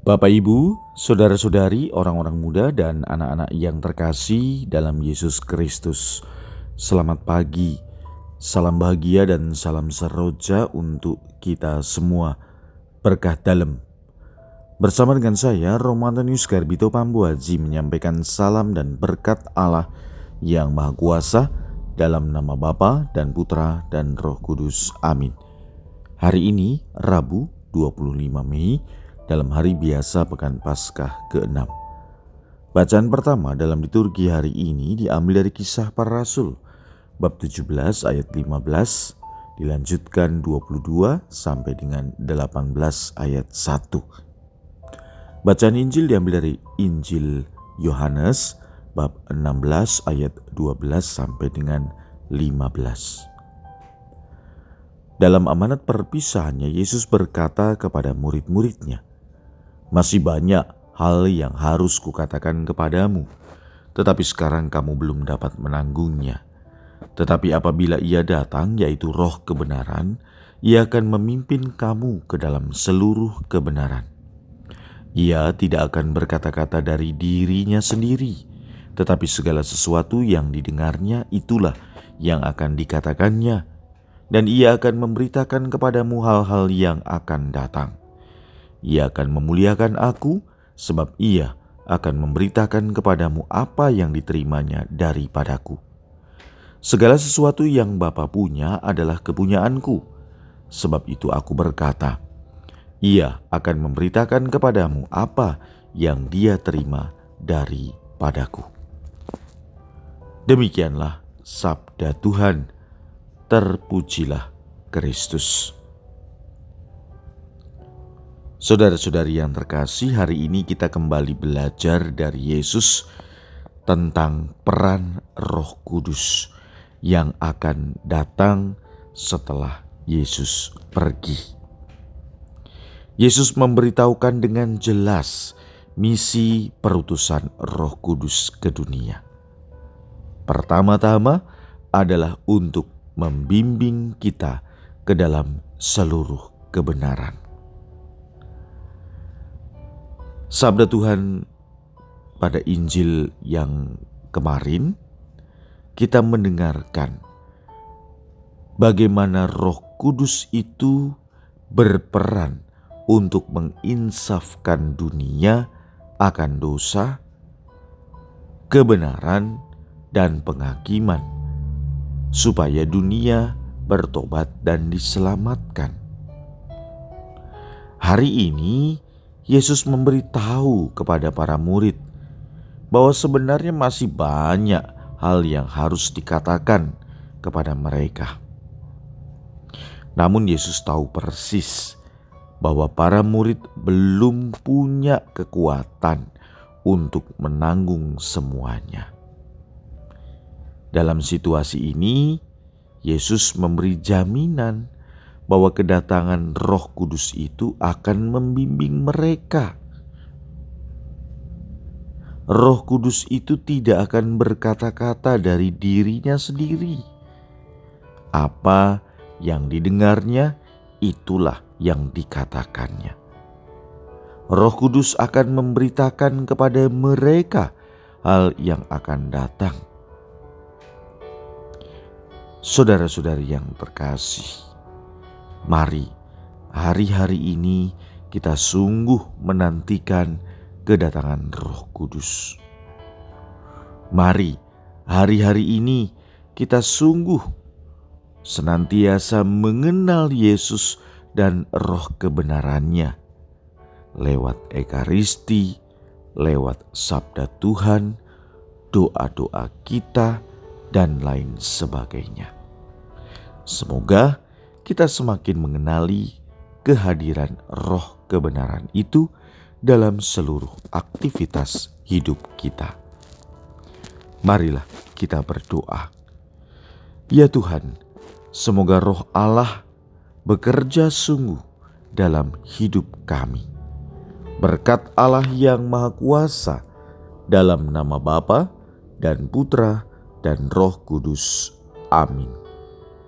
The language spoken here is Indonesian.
Bapak Ibu, saudara-saudari, orang-orang muda dan anak-anak yang terkasih dalam Yesus Kristus. Selamat pagi, salam bahagia dan salam seroja untuk kita semua. Berkah dalam. Bersama dengan saya, Romantonius Garbito Pambuaji menyampaikan salam dan berkat Allah yang Maha Kuasa dalam nama Bapa dan Putra dan Roh Kudus. Amin. Hari ini, Rabu 25 Mei, dalam hari biasa Pekan Paskah ke-6. Bacaan pertama dalam liturgi hari ini diambil dari Kisah Para Rasul, bab 17 ayat 15, dilanjutkan 22 sampai dengan 18 ayat 1. Bacaan Injil diambil dari Injil Yohanes, bab 16 ayat 12 sampai dengan 15. Dalam amanat perpisahannya, Yesus berkata kepada murid-muridnya, "Masih banyak hal yang harus kukatakan kepadamu, tetapi sekarang kamu belum dapat menanggungnya. Tetapi apabila Ia datang, yaitu Roh kebenaran, Ia akan memimpin kamu ke dalam seluruh kebenaran. Ia tidak akan berkata-kata dari dirinya sendiri, tetapi segala sesuatu yang didengarnya itulah yang akan dikatakannya, dan Ia akan memberitakan kepadamu hal-hal yang akan datang. Ia akan memuliakan Aku, sebab Ia akan memberitakan kepadamu apa yang diterimanya daripadaku. Segala sesuatu yang Bapa punya adalah kepunyaanku. Sebab itu Aku berkata, Ia akan memberitakan kepadamu apa yang Dia terima daripadaku." Demikianlah sabda Tuhan. Terpujilah Kristus. Saudara-saudari yang terkasih, hari ini kita kembali belajar dari Yesus tentang peran Roh Kudus yang akan datang setelah Yesus pergi. Yesus memberitahukan dengan jelas misi perutusan Roh Kudus ke dunia. Pertama-tama adalah untuk membimbing kita ke dalam seluruh kebenaran. Sabda Tuhan pada Injil yang kemarin, kita mendengarkan bagaimana Roh Kudus itu berperan untuk menginsafkan dunia akan dosa, kebenaran, dan penghakiman, supaya dunia bertobat dan diselamatkan. Hari ini Yesus memberitahu kepada para murid bahwa sebenarnya masih banyak hal yang harus dikatakan kepada mereka. Namun Yesus tahu persis bahwa para murid belum punya kekuatan untuk menanggung semuanya. Dalam situasi ini, Yesus memberi jaminan bahwa kedatangan Roh Kudus itu akan membimbing mereka. Roh Kudus itu tidak akan berkata-kata dari dirinya sendiri. Apa yang didengarnya, itulah yang dikatakannya. Roh Kudus akan memberitakan kepada mereka hal yang akan datang. Saudara-saudari yang terkasih, mari hari-hari ini kita sungguh menantikan kedatangan Roh Kudus. Mari hari-hari ini kita sungguh senantiasa mengenal Yesus dan Roh kebenarannya lewat Ekaristi, lewat sabda Tuhan, doa-doa kita, dan lain sebagainya. Semoga kita semakin mengenali kehadiran Roh kebenaran itu dalam seluruh aktivitas hidup kita. Marilah kita berdoa. Ya Tuhan, semoga Roh Allah bekerja sungguh dalam hidup kami. Berkat Allah yang Maha Kuasa, dalam nama Bapa dan Putra dan Roh Kudus. Amin.